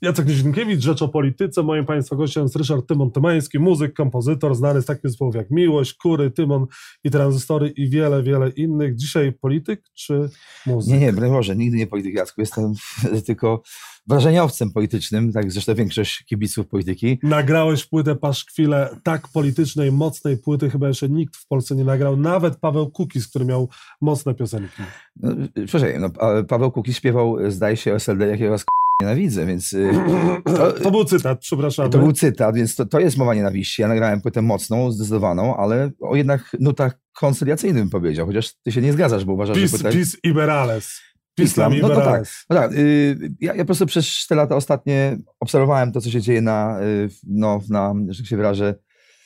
Jacek Nizinkiewicz, Rzecz o Polityce. Moim Państwa gościem jest Ryszard Tymon Tymański, muzyk, kompozytor, znany z takich słów jak Miłość, Kury, Tymon i Tranzystory i wiele, wiele innych. Dzisiaj polityk czy muzyk? Nie, broń Boże, nigdy nie polityk, Jacku. Jestem tylko wrażeniowcem politycznym, tak zresztą większość kibiców polityki. Nagrałeś płytę Paszkwile, tak politycznej, mocnej płyty chyba jeszcze nikt w Polsce nie nagrał, nawet Paweł Kukiz, który miał mocne piosenki. No, przepraszam, Paweł Kukiz śpiewał, zdaje się, o SLD, jakiego was nienawidzę, więc... To był cytat, przepraszam. To był cytat, więc to jest mowa nienawiści. Ja nagrałem płytę mocną, zdecydowaną, ale o jednak nutach koncyliacyjnych bym powiedział, chociaż ty się nie zgadzasz, bo uważasz, że płyta... Pis Iberales. Islam. No tak. Ja po prostu przez 4 lata ostatnie obserwowałem to, co się dzieje że tak się wyrażę,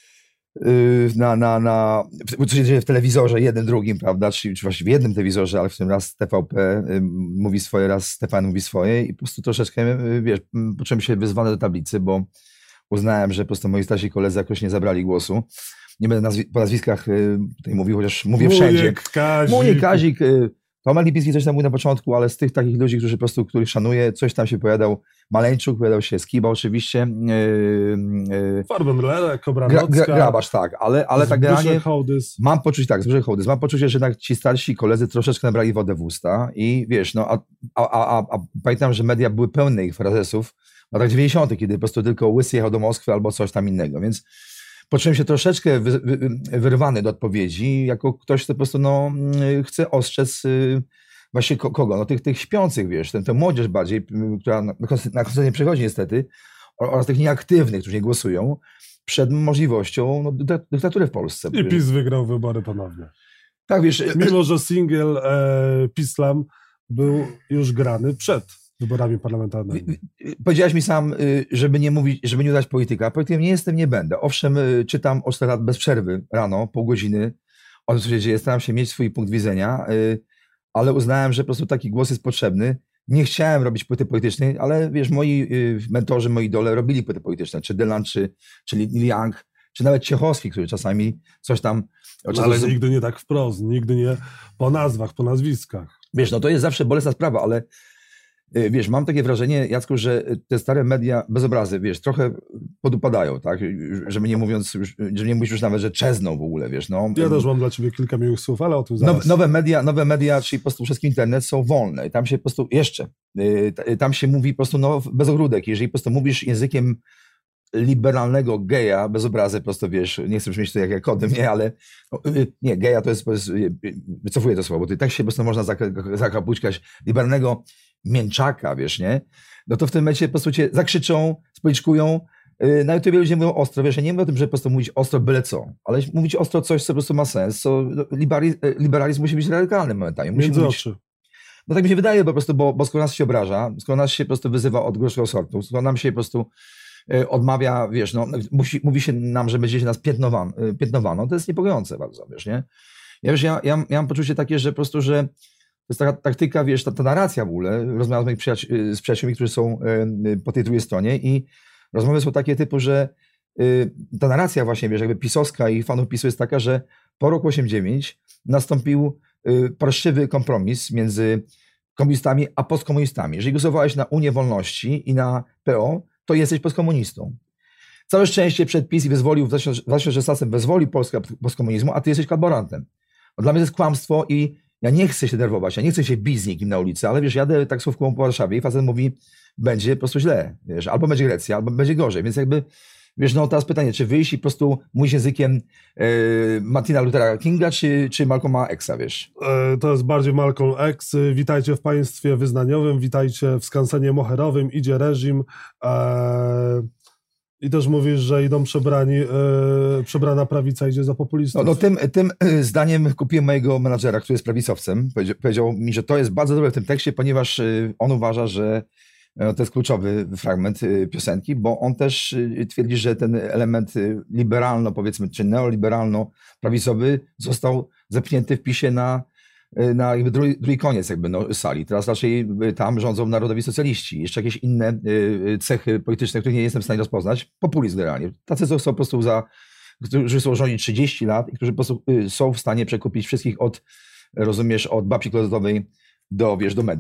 co się dzieje w telewizorze, jednym, drugim, prawda, czy właściwie w jednym telewizorze, ale w tym raz TVP mówi swoje, raz TVN mówi swoje i po prostu troszeczkę, wiesz, poczułem się wyzwany do tablicy, bo uznałem, że po prostu moi starsi koledzy jakoś nie zabrali głosu. Nie będę po nazwiskach tutaj mówił, chociaż mówię wszędzie. Mujek, Kazik, Tomasz Lipiński coś tam mówił na początku, ale z tych takich ludzi, którzy po prostu, których szanuję, coś tam się powiadał. Maleńczuk, powiadał się Skiba oczywiście. Farbenler, Kobranocka. Grabarz, tak, ale tak generalnie mam poczucie, mam poczucie, że jednak ci starsi koledzy troszeczkę nabrali wodę w usta i wiesz, a pamiętam, że media były pełne ich frazesów w latach 90., kiedy po prostu tylko Łysy jechał do Moskwy albo coś tam innego, więc poczułem się troszeczkę wyrwany do odpowiedzi, jako ktoś, kto po prostu chce ostrzec właśnie kogo? Tych śpiących, wiesz, tę młodzież bardziej, która na koncercie nie przychodzi niestety, oraz tych nieaktywnych, którzy nie głosują, przed możliwością dyktatury w Polsce. I PiS wygrał wybory ponownie. Tak, wiesz... Mimo, że singiel Pislam był już grany przed wyborami parlamentarnymi. Powiedziałeś mi sam, żeby nie udać polityka. Politykiem nie jestem, nie będę. Owszem, czytam od 4 lat bez przerwy rano, pół godziny o tym, co się dzieje. Staram się mieć swój punkt widzenia, ale uznałem, że po prostu taki głos jest potrzebny. Nie chciałem robić płyty politycznej, ale wiesz, moi mentorzy, moi idole robili płyty polityczne, czy Dylan, czy Neil Young, czy nawet Ciechowski, który czasami coś tam... Ale nigdy nie tak wprost, nigdy nie po nazwach, po nazwiskach. Wiesz, to jest zawsze bolesna sprawa, ale wiesz, mam takie wrażenie, Jacku, że te stare media bez obrazy, wiesz, trochę podupadają, tak? Żeby nie mówić już nawet, że czezną w ogóle, wiesz. Ja też mam dla ciebie kilka miłych słów, ale o tym zaraz. Nowe media, czyli po prostu wszystkim internet są wolne i tam się po prostu tam się mówi po prostu bez ogródek. Jeżeli po prostu mówisz językiem liberalnego geja, bez obrazy, po prostu wiesz, nie chcę brzmieć to jak kodem, nie, ale nie, geja to jest wycofuję to słowo, bo tak się po prostu można zakapućkać liberalnego mięczaka, wiesz, nie? No to w tym momencie po prostu cię zakrzyczą, spoliczkują. Na YouTube ludzie mówią ostro, wiesz, ja nie mówię o tym, że po prostu mówić ostro byle co, ale mówić ostro coś, co po prostu ma sens, co liberalizm musi być radykalny momentami. Między oczy. No tak mi się wydaje po prostu, bo skoro nas się obraża, skoro nas się po prostu wyzywa od gorszego sortu, skoro nam się po prostu odmawia, wiesz, mówi się nam, że będzie się nas piętnowano, to jest niepokojące bardzo, wiesz, nie? Ja mam poczucie takie, że po prostu, że to jest taka taktyka, wiesz, ta narracja w ogóle, rozmawiam z moimi przyjaciółmi, którzy są po tej drugiej stronie i rozmowy są takie typu, że ta narracja właśnie, wiesz, jakby pisowska i fanów PiSu jest taka, że po roku 89 nastąpił parszywy kompromis między komunistami a postkomunistami. Jeżeli głosowałeś na Unię Wolności i na PO, to jesteś postkomunistą. Całe szczęście przed PiS i wyzwolił w 2016 wyzwolił Polskę postkomunizmu, a ty jesteś kolaborantem. Dla mnie to jest kłamstwo i ja nie chcę się denerwować, ja nie chcę się bić z nikim na ulicy, ale wiesz, jadę taksówką po Warszawie i facet mówi, będzie po prostu źle, wiesz, albo będzie Grecja, albo będzie gorzej, więc jakby, wiesz, teraz pytanie, czy wyjść i po prostu mówić językiem Martina Luthera Kinga, czy Malcolma Xa, wiesz? To jest bardziej Malcolm X. Witajcie w państwie wyznaniowym, witajcie w skansenie moherowym, idzie reżim. I też mówisz, że idą przebrana prawica idzie za populistów. Tym zdaniem kupiłem mojego menadżera, który jest prawicowcem. Powiedział mi, że to jest bardzo dobre w tym tekście, ponieważ on uważa, że to jest kluczowy fragment piosenki, bo on też twierdzi, że ten element liberalno, powiedzmy, czy neoliberalno-prawicowy został zepchnięty w PiSie na jakby drugi koniec sali. Teraz raczej tam rządzą narodowi socjaliści. Jeszcze jakieś inne cechy polityczne, których nie jestem w stanie rozpoznać. Populizm generalnie. Tacy są po prostu którzy są rządzić 30 lat i którzy po prostu są w stanie przekupić wszystkich od babci klozetowej do mediów.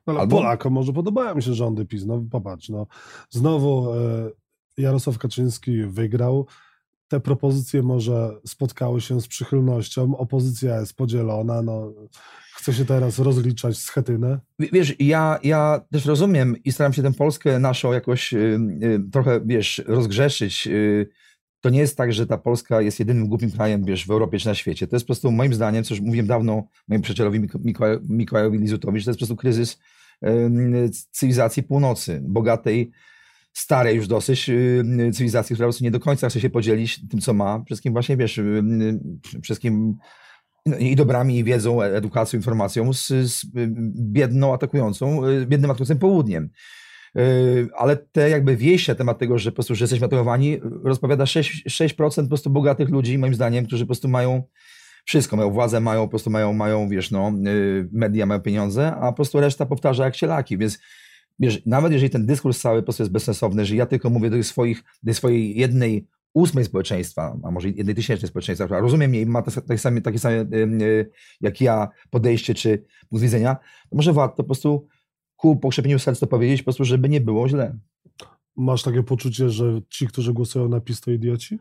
Ale Albo... Polakom może podobają mi się rządy PiS. No popatrz, no. Znowu Jarosław Kaczyński wygrał. Te propozycje może spotkały się z przychylnością. Opozycja jest podzielona. No, chce się teraz rozliczać z Chetynę. Wiesz, ja też rozumiem i staram się tę Polskę naszą jakoś trochę, wiesz, rozgrzeszyć. To nie jest tak, że ta Polska jest jedynym głupim krajem, wiesz, w Europie czy na świecie. To jest po prostu moim zdaniem, co już mówiłem dawno mojemu przyjacielowi Mikołajowi Lizutowi, że to jest po prostu kryzys cywilizacji północy, bogatej, starej już dosyć cywilizacji, która po prostu nie do końca chce się podzielić tym, co ma. Wszystkim właśnie, wiesz, wszystkim i dobrami, i wiedzą, edukacją, informacją z biednym atakującym południem. Ale te jakby wieść na temat tego, że po prostu, że jesteśmy atakowani, rozpowiada 6% po prostu bogatych ludzi, moim zdaniem, którzy po prostu mają wszystko, mają władzę, mają po prostu mają wiesz, no, media, mają pieniądze, a po prostu reszta powtarza jak cielaki, więc wiesz, nawet jeżeli ten dyskurs cały po prostu jest bezsensowny, że ja tylko mówię do swojej 1/8 społeczeństwa, a może 1/1000 społeczeństwa, która rozumie mnie i ma takie same jak ja podejście czy punkt widzenia, to może warto po prostu ku pokrzepieniu serc to powiedzieć, po prostu, żeby nie było źle. Masz takie poczucie, że ci, którzy głosują na PiS, to idioci?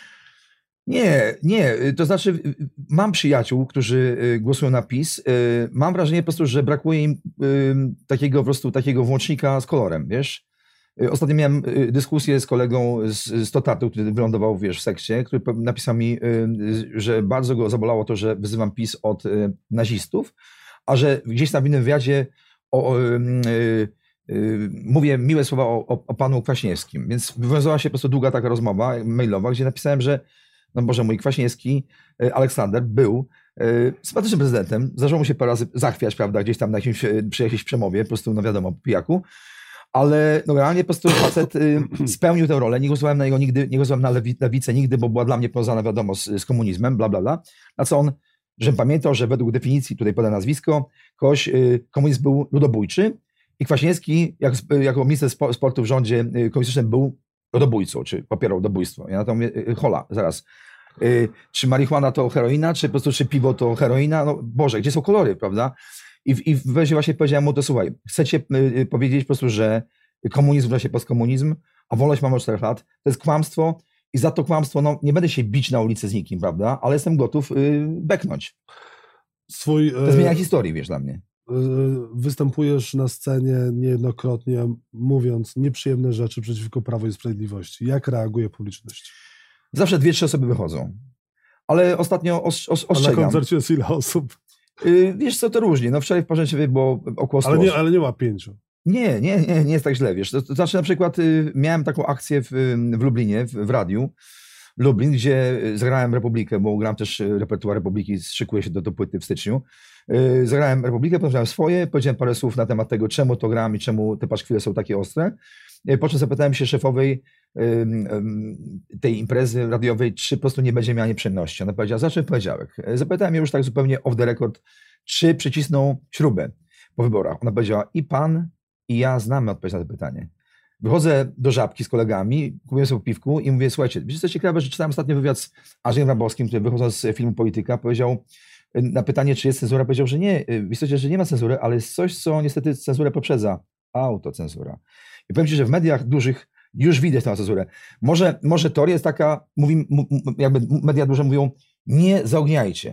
Nie. To znaczy mam przyjaciół, którzy głosują na PiS. Mam wrażenie po prostu, że brakuje im takiego włącznika z kolorem, wiesz. Ostatnio miałem dyskusję z kolegą z Totatu, który wylądował, wiesz, w sekcie, który napisał mi, że bardzo go zabolało to, że wyzywam PiS od nazistów, a że gdzieś tam w innym wywiadzie mówię miłe słowa o panu Kwaśniewskim, więc wywiązała się po prostu długa taka rozmowa mailowa, gdzie napisałem, że no Boże mój, Kwaśniewski, Aleksander był sympatycznym prezydentem, zdarzyło mu się parę razy zachwiać, prawda, gdzieś tam przy jakiejś przemowie, po prostu, no wiadomo, po pijaku, ale no realnie po prostu facet spełnił tę rolę, nie głosowałem na niego nigdy, nie głosowałem na lewicę nigdy, bo była dla mnie powiązana, wiadomo, z komunizmem, bla, bla, bla, na co on, żebym pamiętał, że według definicji, tutaj poda nazwisko, komunizm był ludobójczy i Kwaśniewski, jako minister sportu w rządzie komunistycznym, był ludobójcą, czy popierał ludobójstwo. Ja na to mówię, hola, zaraz. Czy marihuana to heroina, czy po prostu czy piwo to heroina? No Boże, gdzie są kolory, prawda? I właśnie powiedziałem mu to, słuchaj, chcecie powiedzieć po prostu, że komunizm wreszcie postkomunizm, a wolność mamy od 4 lat, to jest kłamstwo i za to kłamstwo, no nie będę się bić na ulicy z nikim, prawda? Ale jestem gotów beknąć. To zmienia historii, wiesz, dla mnie. Występujesz na scenie niejednokrotnie, mówiąc nieprzyjemne rzeczy przeciwko Prawu i Sprawiedliwości. Jak reaguje publiczność? Zawsze 2-3 osoby wychodzą. Ale ostatnio ostrzegam. A na koncercie jest ile osób? Wiesz co, to różnie. No wczoraj w Parzęczewie było około 100 osób. Ale nie ma 5. Nie jest tak źle, wiesz. To znaczy na przykład miałem taką akcję w Lublinie, w radiu Lublin, gdzie zagrałem Republikę, bo gram też repertuar Republiki, szykuję się do płyty w styczniu. Zagrałem Republikę, powiedziałem swoje, powiedziałem parę słów na temat tego, czemu to gram i czemu te paszkwile są takie ostre. Po czym zapytałem się szefowej tej imprezy radiowej, czy po prostu nie będzie miała nieprzyjemności. Ona powiedziała, zacznę w poniedziałek. Zapytałem ją już tak zupełnie off the record, czy przycisną śrubę po wyborach. Ona powiedziała, i pan, i ja znamy odpowiedź na to pytanie. Wychodzę do Żabki z kolegami, kupiłem sobie piwku i mówię, słuchajcie, wiecie co ciekawe, że czytałem ostatnio wywiad z Andrzejem Rabowskim, który wychodząc z filmu Polityka, powiedział na pytanie, czy jest cenzura, powiedział, że nie, w istocie, że nie ma cenzury, ale jest coś, co niestety cenzurę poprzedza. Autocenzura. I powiem ci, że w mediach dużych już widać tę cenzurę. Może teoria jest taka, jakby media duże mówią, nie zaogniajcie.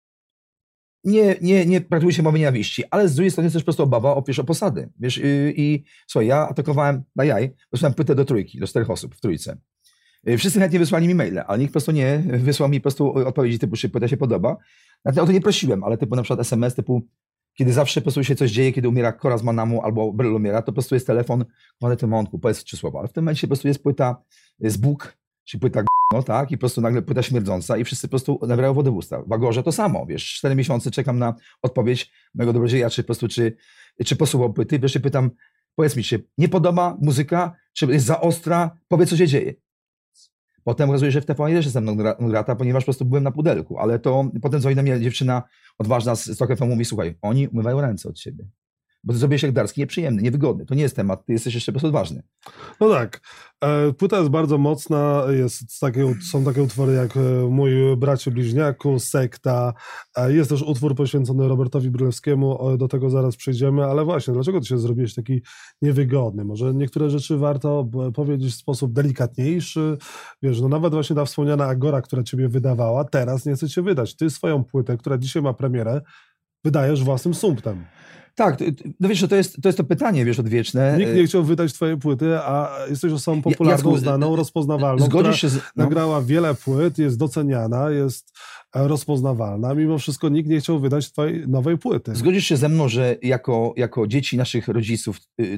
Nie praktykuje się mowy nienawiści, ale z drugiej strony jest też po prostu obawa o posady. Wiesz, i słuchaj, ja atakowałem na jaj, wysłałem płytę do 4 osób w trójce. Wszyscy chętnie wysłali mi maile, ale nikt po prostu nie wysłał mi po prostu odpowiedzi typu, czy płyta się podoba. O to nie prosiłem, ale typu na przykład SMS, typu kiedy zawsze po prostu się coś dzieje, kiedy umiera Kora z Manamu albo Bryl umiera, to po prostu jest telefon, panie Tymonku, powiedz 3 słowa. Ale w tym momencie po prostu jest płyta z Bóg, czy płyta no tak, i po prostu nagle płyta śmierdząca i wszyscy po prostu nabierają wody w usta. W Agorze to samo, wiesz, 4 miesiące czekam na odpowiedź mojego dobrodzieja, czy po prostu, czy posłuchał płyty, wreszcie pytam, powiedz mi, czy nie podoba muzyka, czy jest za ostra, powiedz, co się dzieje. Potem okazuje się, że w TVN też jestem grata, ponieważ po prostu byłem na pudelku, ale to potem dzwoni do mnie dziewczyna odważna z Tok FM mówi, słuchaj, oni umywają ręce od siebie. bo ty zrobiłeś jak Darski nieprzyjemny, niewygodny. To nie jest temat, ty jesteś jeszcze po prostu odważny. No tak. Płyta jest bardzo mocna, są takie utwory jak Mój bracie bliźniaku, Sekta, jest też utwór poświęcony Robertowi Brylewskiemu, do tego zaraz przejdziemy, ale właśnie, dlaczego ty się zrobiłeś taki niewygodny? Może niektóre rzeczy warto powiedzieć w sposób delikatniejszy? Wiesz, no nawet właśnie ta wspomniana Agora, która ciebie wydawała, teraz nie chce cię wydać. Ty swoją płytę, która dzisiaj ma premierę, wydajesz własnym sumptem. Tak, no wiesz, to jest to pytanie, wiesz, odwieczne. Nikt nie chciał wydać twojej płyty, a jesteś osobą popularną, znaną, rozpoznawalną, zgodzisz się nagrała wiele płyt, jest doceniana, jest rozpoznawalna. Mimo wszystko nikt nie chciał wydać twojej nowej płyty. Zgodzisz się ze mną, że jako dzieci naszych rodziców,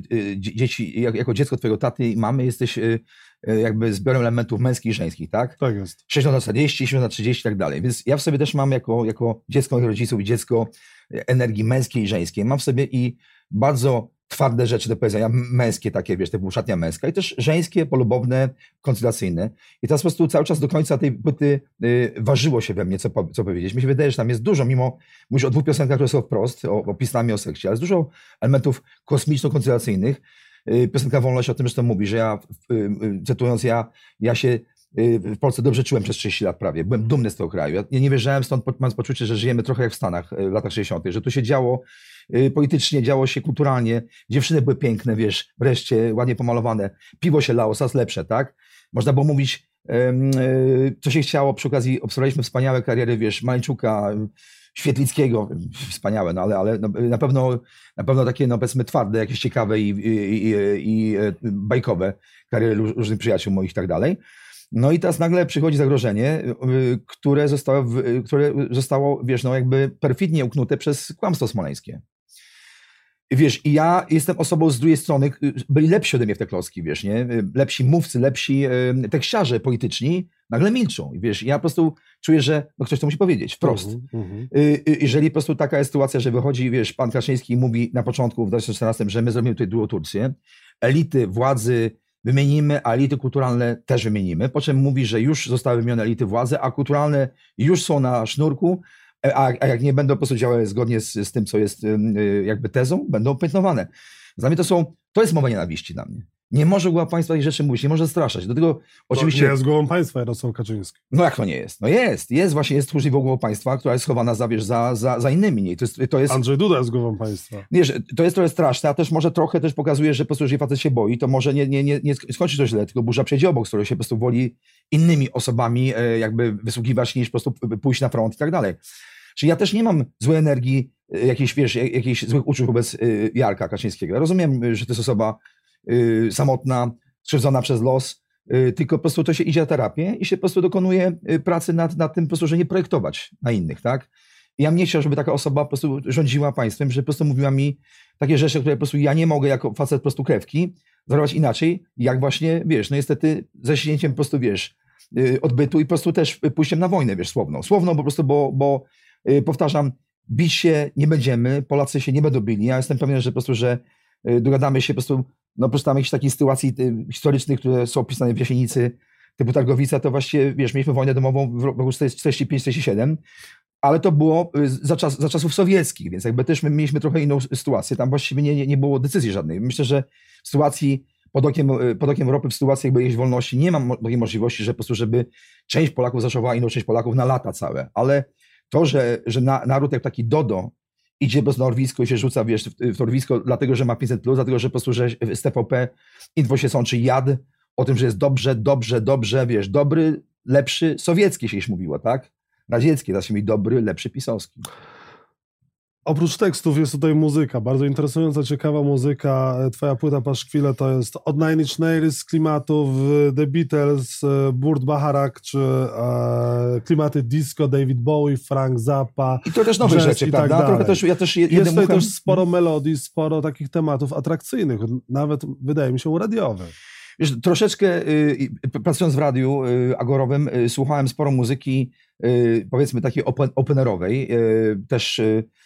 jako dziecko twojego taty i mamy, jesteś jakby zbiorem elementów męskich i żeńskich, tak? Tak jest. 60/40, 70/30 i tak dalej. Więc ja w sobie też mam jako dziecko moich rodziców i dziecko energii męskiej i żeńskiej. Mam w sobie i bardzo twarde rzeczy do powiedzenia, męskie takie, wiesz, typu szatnia męska i też żeńskie, polubowne, koncylacyjne. I teraz po prostu cały czas do końca tej płyty ważyło się we mnie, co powiedzieć. Mi się wydaje, że tam jest dużo, mówisz o 2 piosenkach, które są wprost, o pismami, o seksie, ale jest dużo elementów kosmiczno-koncylacyjnych. Piosenka Wolność o tym zresztą mówi, że ja, cytując, ja się w Polsce dobrze czułem przez 30 lat prawie. Byłem dumny z tego kraju. Ja nie wierzałem, stąd mam poczucie, że żyjemy trochę jak w Stanach w latach 60., że tu się działo politycznie, działo się kulturalnie. Dziewczyny były piękne, wiesz, wreszcie ładnie pomalowane. Piwo się lało, coraz lepsze, tak? Można było mówić, co się chciało. Przy okazji obserwowaliśmy wspaniałe kariery, wiesz, Maleńczuka, Świetlickiego, wspaniałe, no ale na pewno takie, no powiedzmy, twarde, jakieś ciekawe i bajkowe kariery różnych przyjaciół moich i tak dalej. No i teraz nagle przychodzi zagrożenie, które zostało, wiesz, no jakby perfidnie uknute przez kłamstwo smoleńskie. Wiesz, i ja jestem osobą z drugiej strony, byli lepsi ode mnie w te klocki, wiesz, nie? Lepsi mówcy, lepsi tekściarze polityczni nagle milczą. I wiesz, ja po prostu czuję, że no ktoś to musi powiedzieć wprost. Jeżeli po prostu taka jest sytuacja, że wychodzi, wiesz, pan Kaczyński mówi na początku w 2014, że my zrobimy tutaj drugą Turcję, elity władzy wymienimy, a elity kulturalne też wymienimy, po czym mówi, że już zostały wymienione elity władzy, a kulturalne już są na sznurku, a jak nie będą po prostu działały zgodnie z tym, co jest jakby tezą, będą piętnowane. Dla mnie to jest mowa nienawiści dla mnie. Nie może głowa państwa tych rzeczy mówić, nie może zastraszać. Do tego oczywiście... To nie jest głową państwa Jarosław Kaczyński. No jak to nie jest? No jest tchórzliwą głową państwa, która jest schowana za innymi. Nie? To jest... Andrzej Duda jest głową państwa. Nie, to jest trochę straszne, a też może trochę też pokazuje, że po prostu jeżeli facet się boi, to może nie skończy to źle, tylko burza przejdzie obok, z której się po prostu woli innymi osobami jakby wysługiwać, niż po prostu pójść na front i tak dalej. Czyli ja też nie mam złej energii, jakichś złych uczuć wobec Jarka Kaczyńskiego. Ja rozumiem, że to jest osoba samotna, skrzywdzona przez los, tylko po prostu to się idzie na terapię i się po prostu dokonuje pracy nad tym, po prostu, że nie projektować na innych, tak? I ja bym nie chciał, żeby taka osoba po prostu rządziła państwem, że po prostu mówiła mi takie rzeczy, które po prostu ja nie mogę jako facet po prostu krewki zareagować inaczej, jak właśnie, wiesz, no niestety ze ściśnięciem po prostu, wiesz, odbytu i po prostu też pójściem na wojnę, wiesz, słowną. Słowną po prostu, bo powtarzam, bić się nie będziemy, Polacy się nie będą bili. Ja jestem pewien, że po prostu, że dogadamy się po prostu, no po prostu tam jakichś takich sytuacji historycznych, które są opisane w Jasienicy, typu Targowica, to właściwie, wiesz, mieliśmy wojnę domową w roku 45-47, ale to było za czasów sowieckich, więc jakby też my mieliśmy trochę inną sytuację. Tam właściwie nie było decyzji żadnej. Myślę, że w sytuacji pod okiem Europy, w sytuacji jakby jakiejś wolności, nie mam takiej możliwości, że po prostu, żeby część Polaków zaszowała inną część Polaków na lata całe, ale to, że naród jak taki dodo idzie po prostu na orwisko i się rzuca, wiesz, w to orwisko, dlatego, że ma 500+, dlatego, że po prostu, że z TVP info się sączy jad o tym, że jest dobrze, wiesz, dobry, lepszy, sowiecki się już mówiło, tak? Radziecki, teraz się mówi dobry, lepszy, pisowski. Oprócz tekstów jest tutaj muzyka, bardzo interesująca, ciekawa muzyka. Twoja płyta Paszkwile to jest od Nine Inch Nails z klimatów The Beatles, Burt Bacharach, czy klimaty disco, David Bowie, Frank Zappa. I to też nowe rzeczy, prawda? Tak trochę też, ja też jest tutaj też sporo melodii, sporo takich tematów atrakcyjnych, nawet wydaje mi się radiowych. Wiesz, troszeczkę pracując w radiu agorowym słuchałem sporo muzyki, powiedzmy takiej openerowej. Też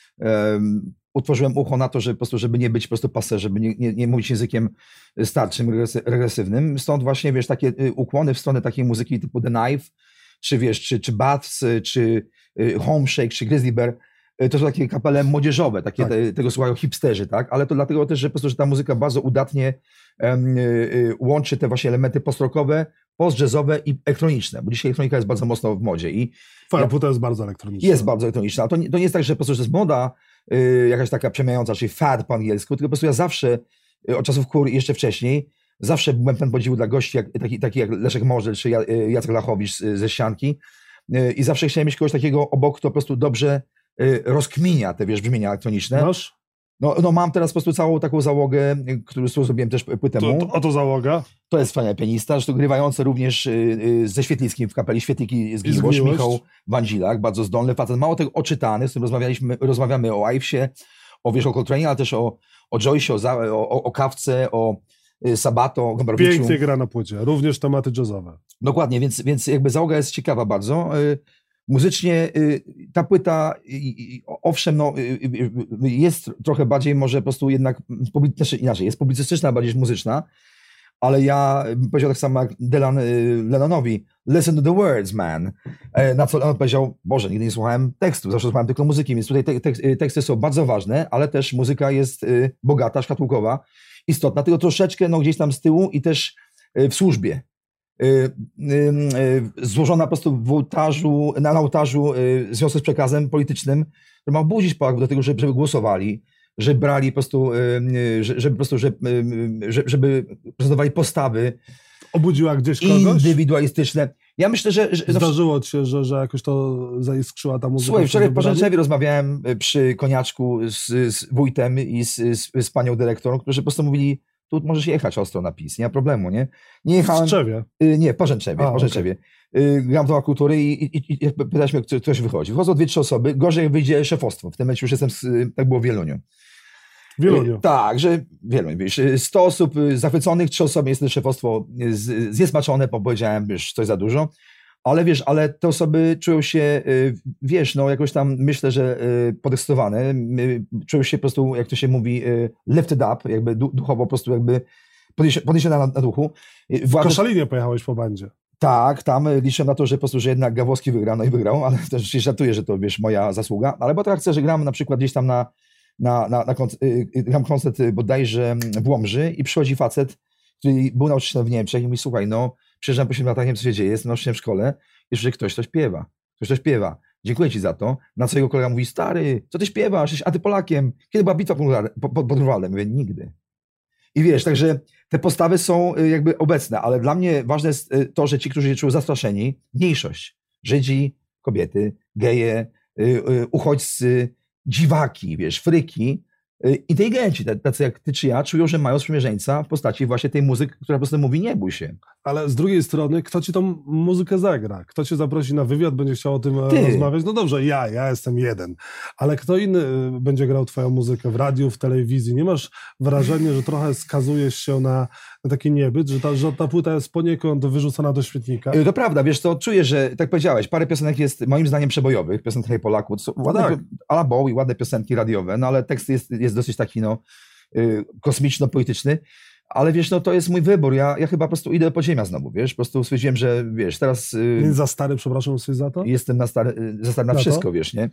utworzyłem ucho na to, że po prostu, żeby nie być po prostu passé, żeby nie mówić językiem starczym, regresywnym. Stąd właśnie, wiesz, takie ukłony w stronę takiej muzyki typu The Knife, czy wiesz, czy Baths, czy Home Shake, czy Grizzly Bear. to są takie kapele młodzieżowe, takie Tak. tego słuchają hipsterzy, tak? Ale to dlatego też, że po prostu, że ta muzyka bardzo udatnie łączy te właśnie elementy post-rockowe, post-jazzowe i elektroniczne, bo dzisiaj elektronika jest bardzo mocno w modzie i Twoja płyta jest bardzo elektroniczna. jest bardzo elektroniczna, a to nie jest tak, że po prostu że to jest moda jakaś taka przemiająca, czyli fad po angielsku, tylko po prostu ja zawsze, od czasów Kur i jeszcze wcześniej, zawsze byłem ten podziwu dla gości, taki jak Leszek Morzel czy Jacek Lachowicz ze Ścianki i zawsze chciałem mieć kogoś takiego obok, kto po prostu dobrze rozkminia te, wiesz, brzmienia elektroniczne. Masz? No mam teraz po prostu całą taką załogę, którą zrobiłem też płytę mu. Oto załoga. To jest wspaniały pianista, zresztą grywający również ze Świetlickim w kapeli Świetliki Zgniłość, Michał Wandzilak, bardzo zdolny facet, mało tego oczytany, z którym rozmawiamy o Ivesie, o Coltrane, ale też o Joyce'ie, o Kawce, o Sabato, o Gombrowiczu. Pięknie gra na płycie, również tematy jazzowe. Dokładnie, więc jakby załoga jest ciekawa bardzo. Muzycznie ta płyta, owszem, no, jest trochę bardziej może po prostu jednak, inaczej, jest publicystyczna, bardziej niż muzyczna, ale ja bym powiedział tak samo jak Dylan Lennonowi, listen to the words, man. Na co on powiedział, Boże, nigdy nie słuchałem tekstu, zawsze słuchałem tylko muzyki, więc tutaj teksty są bardzo ważne, ale też muzyka jest bogata, szkatułkowa, istotna, tylko troszeczkę no, gdzieś tam z tyłu i też w służbie. Złożona po prostu na ołtarzu w związku z przekazem politycznym, który ma obudzić Polaków do tego, żeby głosowali, żeby brali po prostu, żeby prezentowali postawy. Obudziła gdzieś kogoś? Indywidualistyczne. Ja myślę, że zdarzyło ci się, że jakoś to zaiskrzyła ta muzyka? Słuchaj, wczoraj w Porzęczewie rozmawiałem przy koniaczku z wójtem i z panią dyrektorą, którzy po prostu mówili, tu możesz jechać ostro na PiS, nie ma problemu, nie? Nie jechałem. W Tczewie? Nie, w Porzęczewie. Okay. Gram w Domu Kultury i pytałeś mnie, ktoś wychodzi. Wchodzą 2-3 osoby, gorzej jak wyjdzie szefostwo. W tym momencie już jestem, tak było w Wieluniu. W Wieluniu? Tak, że Wieluń, wiesz, 100 osób zachwyconych, 3 osoby, jest to szefostwo zniesmaczone, bo powiedziałem, wiesz, coś za dużo. Ale wiesz, ale te osoby czują się, wiesz, no jakoś tam myślę, że podekscytowane, czują się po prostu, jak to się mówi, lifted up, jakby duchowo po prostu jakby podniesione na duchu. W Koszalinie pojechałeś po bandzie. Tak, tam liczę na to, że po prostu, że jednak Gawłowski wygra, no i wygrał, ale też się żartuję, że to, wiesz, moja zasługa, ale bo tak chcę, że gram na przykład gdzieś tam gram koncert bodajże w Łomży i przychodzi facet, który był nauczycielem w Niemczech i mówi, słuchaj, no przyjeżdżam po 7 latach, nie wiem co się dzieje, jestem nauczycielem w szkole i że ktoś to śpiewa. Dziękuję ci za to. Na co jego kolega mówi, stary, co ty śpiewasz, jesteś antypolakiem. Kiedy była bitwa pod Grunwaldem? Mówię, nigdy. I wiesz, także te postawy są jakby obecne, ale dla mnie ważne jest to, że ci, którzy się czują zastraszeni, mniejszość, Żydzi, kobiety, geje, uchodźcy, dziwaki, wiesz, fryki, inteligenci, tacy jak ty czy ja, czują, że mają sprzymierzeńca w postaci właśnie tej muzyki, która po prostu mówi nie bój się. Ale z drugiej strony, kto ci tą muzykę zagra? Kto cię zaprosi na wywiad, będzie chciał o tym rozmawiać? No dobrze, ja jestem jeden. Ale kto inny będzie grał twoją muzykę w radiu, w telewizji? Nie masz wrażenia, że trochę skazujesz się na taki niebyt, że ta płyta jest poniekąd wyrzucona do śmietnika? To prawda, wiesz co, czuję, że tak powiedziałeś, parę piosenek jest moim zdaniem przebojowych, piosenek Hej Polaku, to są ładne, a la Bowie, ładne piosenki radiowe, no ale tekst jest dosyć taki no kosmiczno-poetyczny. Ale wiesz, no to jest mój wybór. Ja chyba po prostu idę do podziemia znowu, wiesz. Po prostu stwierdziłem, że wiesz, teraz... Nie za stary, przepraszam sobie za to? Jestem za stary na wszystko, wiesz, nie?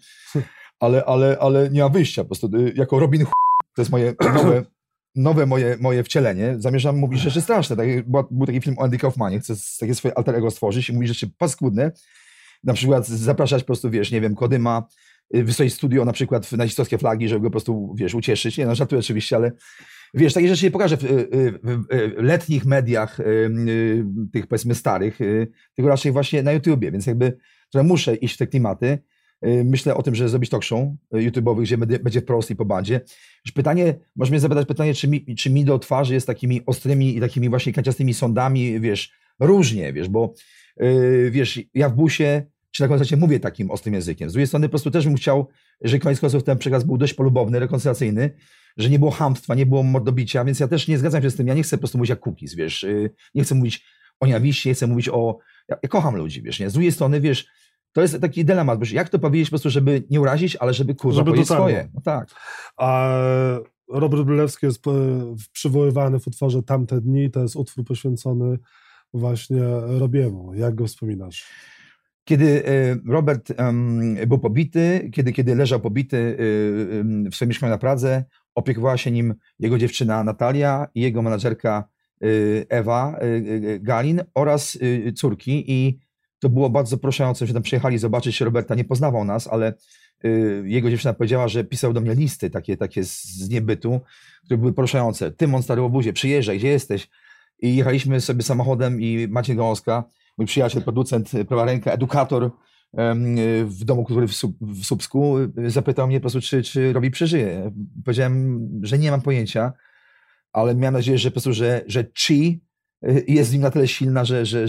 Ale nie ma wyjścia. Po prostu jako Robin Hood, to jest moje nowe moje wcielenie. Zamierzam mówić rzeczy straszne. Był taki film o Andy Kaufmanie. Chcę takie swoje alter ego stworzyć i mówić rzeczy paskudne. Na przykład zapraszać po prostu, wiesz, nie wiem, Kodyma, wysłać studio na przykład w nazistowskie flagi, żeby go po prostu, wiesz, ucieszyć. Nie, no żartuję oczywiście, ale wiesz, takie rzeczy nie pokażę w letnich mediach, tych powiedzmy starych, tylko raczej właśnie na YouTubie, więc jakby że muszę iść w te klimaty. Myślę o tym, że zrobić talk show YouTube'owych, gdzie będzie wprost i po bandzie. Pytanie, możesz mnie zapytać pytanie, czy mi do twarzy jest takimi ostrymi i takimi właśnie kanciastymi sądami, wiesz, różnie, wiesz, bo wiesz, ja w busie czy na koncercie mówię takim ostrym językiem. Z drugiej strony po prostu też bym chciał, że koniec końców ten przekaz był dość polubowny, rekonciliacyjny, że nie było chamstwa, nie było mordobicia, więc ja też nie zgadzam się z tym. Ja nie chcę po prostu mówić jak Kukiz, wiesz, nie chcę mówić o nienawiści, nie chcę mówić o... Ja kocham ludzi, wiesz, nie? Z drugiej strony, wiesz, to jest taki dylemat, wiesz, jak to powiedzieć po prostu, żeby nie urazić, ale żeby kurwa powiedzieć swoje. No tak. A Robert Brylewski jest przywoływany w utworze Tamte dni, to jest utwór poświęcony właśnie Robiemu. Jak go wspominasz? Kiedy Robert był pobity, kiedy leżał pobity w swoim mieszkaniu na Pradze, opiekowała się nim jego dziewczyna Natalia i jego menadżerka Ewa Galin oraz córki i to było bardzo poruszające, że tam przyjechali zobaczyć Roberta, nie poznawał nas, ale jego dziewczyna powiedziała, że pisał do mnie listy takie z niebytu, które były poruszające. Tymon, stary łobuzie, przyjeżdżaj, gdzie jesteś? I jechaliśmy sobie samochodem i Maciej Gąska, mój przyjaciel, producent, prawa ręka, edukator w domu kultury w Słupsku, zapytał mnie po prostu, czy Robi przeżyje. Powiedziałem, że nie mam pojęcia, ale miałem nadzieję, że po prostu, że chi jest w nim na tyle silna,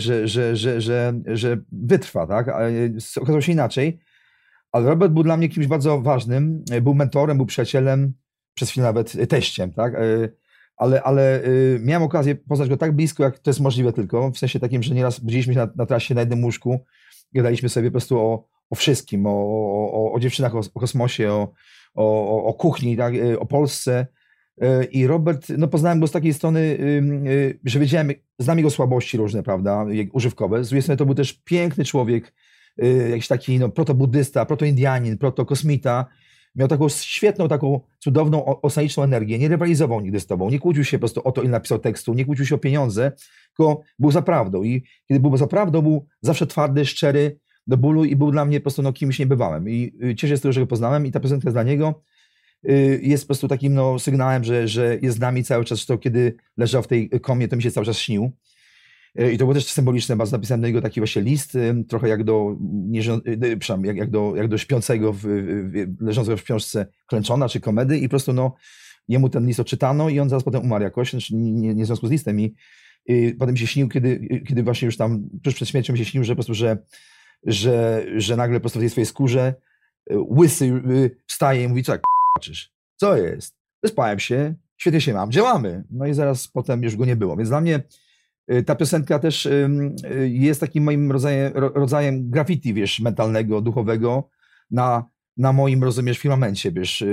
że wytrwa, tak? Okazało się inaczej. Ale Robert był dla mnie kimś bardzo ważnym, był mentorem, był przyjacielem, przez chwilę nawet teściem, tak? Ale miałem okazję poznać go tak blisko, jak to jest możliwe tylko, w sensie takim, że nieraz budziliśmy się na trasie na jednym łóżku, gadaliśmy sobie po prostu o wszystkim, o dziewczynach, o kosmosie, o kuchni, tak? O Polsce. I Robert, no poznałem go z takiej strony, że wiedziałem, znam jego słabości różne, prawda, używkowe. Z drugiej strony to był też piękny człowiek, jakiś taki proto-buddysta, proto-indianin, proto-kosmita. Miał taką świetną, taką cudowną, osaiczną energię. Nie rywalizował nigdy z tobą, nie kłócił się po prostu o to, ile napisał tekstu, nie kłócił się o pieniądze, tylko był za prawdą. I kiedy był za prawdą, był zawsze twardy, szczery do bólu i był dla mnie po prostu kimś niebywałym. I cieszę się z tego, że go poznałem i ta piosenka jest dla niego. Jest po prostu takim sygnałem, że jest z nami cały czas. To kiedy leżał w tej komie, to mi się cały czas śnił. I to było też symboliczne, bardzo napisałem do niego taki właśnie list, trochę jak do śpiącego, leżącego w śpiączce Klęczona czy Komedy i po prostu jemu ten list odczytano i on zaraz potem umarł jakoś, znaczy nie w związku z listem i potem mi się śnił, kiedy właśnie już tam tuż przed śmiercią mi się śnił, że po prostu, że nagle po prostu w tej swojej skórze łysy wstaje i mówi, co patrzysz, co jest? Wyspałem się, świetnie się mam, działamy. No i zaraz potem już go nie było, więc dla mnie ta piosenka też jest takim moim rodzajem graffiti, wiesz, mentalnego, duchowego na moim, rozumiesz, filamencie, wiesz,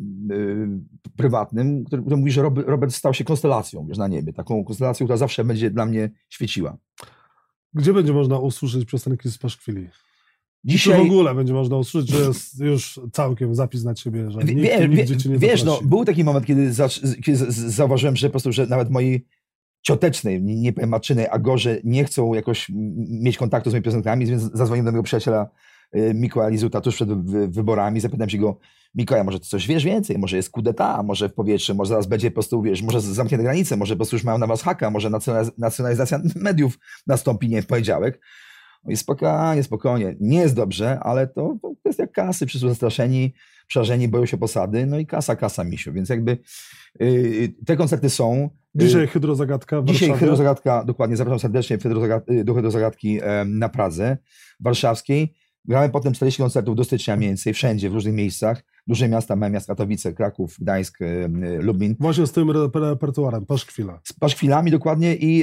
prywatnym, który mówi, że Robert stał się konstelacją, wiesz, na niebie, taką konstelacją, która zawsze będzie dla mnie świeciła. Gdzie będzie można usłyszeć piosenki z Paszkwili? Dzisiaj... Czy w ogóle będzie można usłyszeć, że jest już całkiem zapis na ciebie, że nigdzie cię nie wiesz, zaprosi? był taki moment, kiedy zauważyłem, że po prostu, że nawet moi ciotecznej, nie powiem matczynej, Agorze nie chcą jakoś mieć kontaktu z moimi piosenkami, więc zadzwoniłem do mojego przyjaciela Mikołaja Lizuta tuż przed wyborami, zapytałem się go, Mikołaj, może ty coś wiesz więcej, może jest coup d'etat, może w powietrzu, może zaraz będzie po prostu, wiesz, może zamknięte granice, może po prostu już mają na was haka, może nacjonalizacja mediów nastąpi, nie w poniedziałek. I spokojnie, nie jest dobrze, ale to kwestia kasy, wszyscy są zastraszeni, przerażeni, boją się posady, no i kasa, misiu, więc jakby te koncerty są. Dzisiaj Hydrozagadka w Warszawie. Dzisiaj Hydrozagadka, dokładnie, zapraszam serdecznie do Hydrozagadki na Pradze warszawskiej. Grałem potem 40 koncertów do stycznia mniej więcej, wszędzie, w różnych miejscach. Duże miasta, małe miasta, Katowice, Kraków, Gdańsk, Lublin. Właśnie z tym repertuarem, Paszkwila. Z Paszkwilami dokładnie i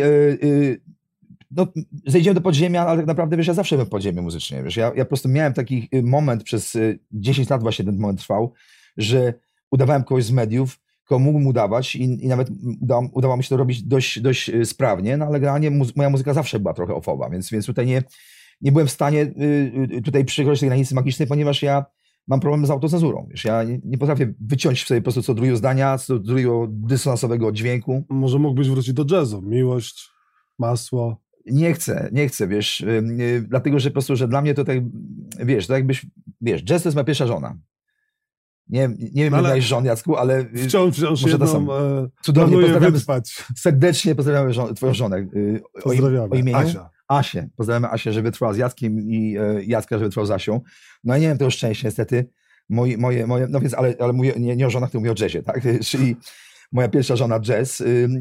zejdziemy do podziemia, ale tak naprawdę, wiesz, ja zawsze byłem w podziemiu muzycznie, wiesz, ja po prostu miałem taki moment przez 10 lat właśnie ten moment trwał, że udawałem kogoś z mediów, kogo mógłbym udawać i nawet udało mi się to robić dość sprawnie, no ale generalnie moja muzyka zawsze była trochę ofowa, więc tutaj nie byłem w stanie tutaj przekroczyć tej granicy magicznej, ponieważ ja mam problem z autocenzurą, wiesz, ja nie potrafię wyciąć sobie po prostu co drugiego zdania, co drugiego dysonansowego dźwięku. Może mógłbyś wrócić do jazzu, miłość, masło. Nie chcę, wiesz, dlatego, że po prostu, że dla mnie to tak, wiesz, to jakbyś, wiesz, jazz to jest moja pierwsza żona. Nie wiem, jak miałeś żon, Jacku, ale wciąż jedną cudownie pozdrawiamy, wytrwać. serdecznie pozdrawiamy twoją żonę. Pozdrawiamy. O imieniu? Asia. Asię. Pozdrawiamy Asię, że wytrwała z Jackiem i Jacka, że wytrwał z Asią. No i nie wiem tego szczęścia, niestety. No więc, ale mówię nie o żonach, tylko mówię o jazzie, tak? Czyli moja pierwsza żona jazz,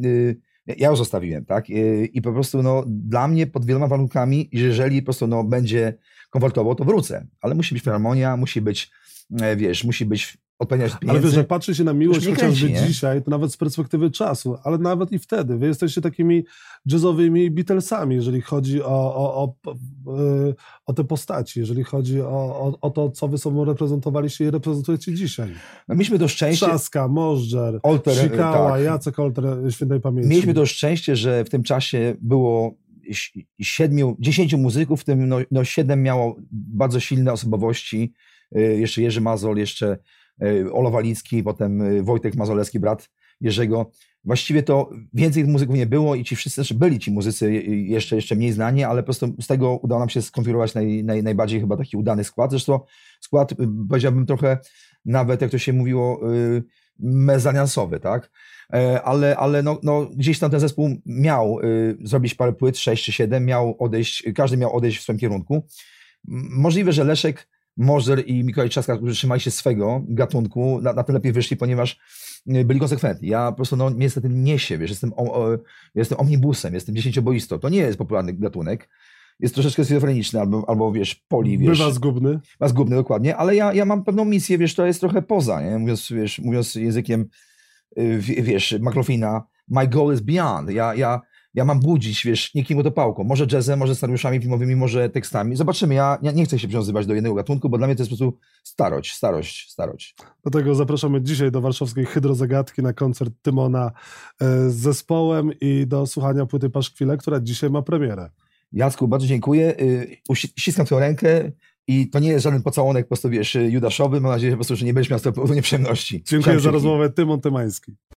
ja ją zostawiłem, tak? I po prostu dla mnie pod wieloma warunkami, jeżeli po prostu będzie komfortowo, to wrócę. Ale musi być filharmonia, musi być, wiesz, musi być odpowiednia pieniędzy. Ale wiesz, jak patrzy się na miłość chociażby kręci, dzisiaj, to nawet z perspektywy czasu, ale nawet i wtedy. Wy jesteście takimi jazzowymi Beatlesami, jeżeli chodzi o te postaci, jeżeli chodzi o to, co wy sobą reprezentowaliście i reprezentujecie dzisiaj. No, mieliśmy to szczęście. Trzaska, Możdżer, Sikała, tak. Jacek Olter, świętej pamięci. Mieliśmy to szczęście, że w tym czasie było 10 muzyków, w tym no 7 miało bardzo silne osobowości. Jeszcze Jerzy Mazol, jeszcze Olo Walicki, potem Wojtek Mazolewski, brat Jerzego. Właściwie to więcej tych muzyków nie było i ci wszyscy, znaczy byli ci muzycy jeszcze mniej znani, ale po prostu z tego udało nam się skonfigurować najbardziej chyba taki udany skład. Zresztą skład, powiedziałbym trochę nawet, jak to się mówiło, mezaliansowy, tak? Ale no, gdzieś tam ten zespół miał zrobić parę płyt, 6 czy 7, każdy miał odejść w swoim kierunku. Możliwe, że Leszek Moser i Mikołaj Trzaska, którzy trzymali się swego gatunku, na tym lepiej wyszli, ponieważ byli konsekwentni. Ja po prostu niestety niesie, wiesz, jestem omnibusem, jestem dziesięcioboistą. To nie jest popularny gatunek. Jest troszeczkę schizofreniczny, albo wiesz, wiesz. Bywa zgubny. Bywa zgubny, dokładnie, ale ja mam pewną misję, wiesz, to jest trochę poza, nie? Mówiąc językiem, wiesz, McLaughlina, my goal is beyond. Ja mam budzić, wiesz, nie kimotopałką. Może jazzem, może scenariuszami filmowymi, może tekstami. Zobaczymy. Ja nie chcę się przywiązywać do jednego gatunku, bo dla mnie to jest po prostu starość. Dlatego zapraszamy dzisiaj do warszawskiej Hydrozagadki na koncert Tymona z zespołem i do słuchania płyty Paszkwile, która dzisiaj ma premierę. Jacku, bardzo dziękuję. Ściskam twoją rękę i to nie jest żaden pocałunek po prostu, wiesz, judaszowy. Mam nadzieję, że po prostu, że nie będziesz miał z tego powodu nieprzyjemności. Dziękuję za rozmowę. Tymon Tymański.